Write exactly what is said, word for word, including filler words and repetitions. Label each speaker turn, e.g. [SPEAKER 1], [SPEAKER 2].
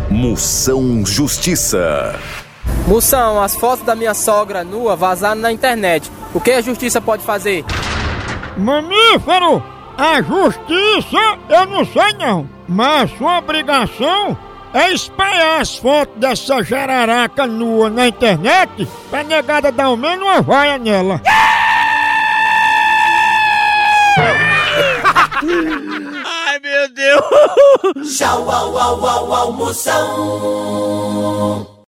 [SPEAKER 1] Moção Justiça.
[SPEAKER 2] Moção, as fotos da minha sogra nua vazaram na internet. O que a justiça pode fazer?
[SPEAKER 3] Mamífero, a justiça eu não sei não, mas sua obrigação é espalhar as fotos dessa jararaca nua na internet pra negada dar ao menos uma vaia nela.
[SPEAKER 4] Ai, meu Deus!
[SPEAKER 5] Tchau, au, au, au, au, Moção.